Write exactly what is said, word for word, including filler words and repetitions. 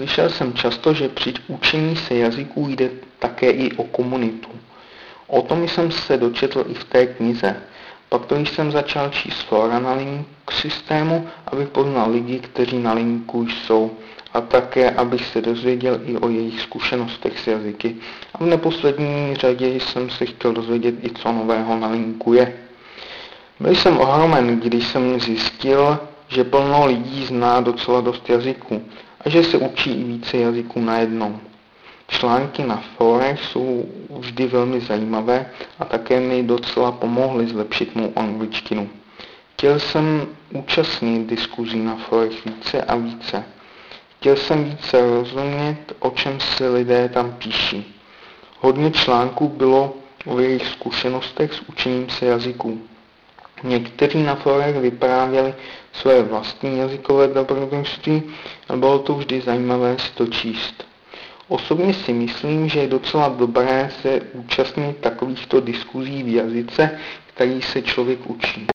Slyšel jsem často, že při učení se jazyků jde také i o komunitu. O tom jsem se dočetl i v té knize. Pak to jsem začal číst fóra na link systému, abych poznal lidi, kteří na linku jsou, a také abych se dozvěděl i o jejich zkušenostech s jazyky. A v neposlední řadě jsem se chtěl dozvědět i, co nového na linku je. Byl jsem ohromen, když jsem zjistil, že plno lidí zná docela dost jazyků a že se učí i více jazyků najednou. Články na fórech jsou vždy velmi zajímavé a také mi docela pomohly zlepšit mou angličtinu. Chtěl jsem účastnit diskuzí na fórech více a více. Chtěl jsem více rozumět, o čem si lidé tam píší. Hodně článků bylo o jejich zkušenostech s učením se jazyků. Někteří na fórech vyprávěli své vlastní jazykové dobrodružství a bylo to vždy zajímavé si to číst. Osobně si myslím, že je docela dobré se účastnit takovýchto diskuzí v jazyce, který se člověk učí.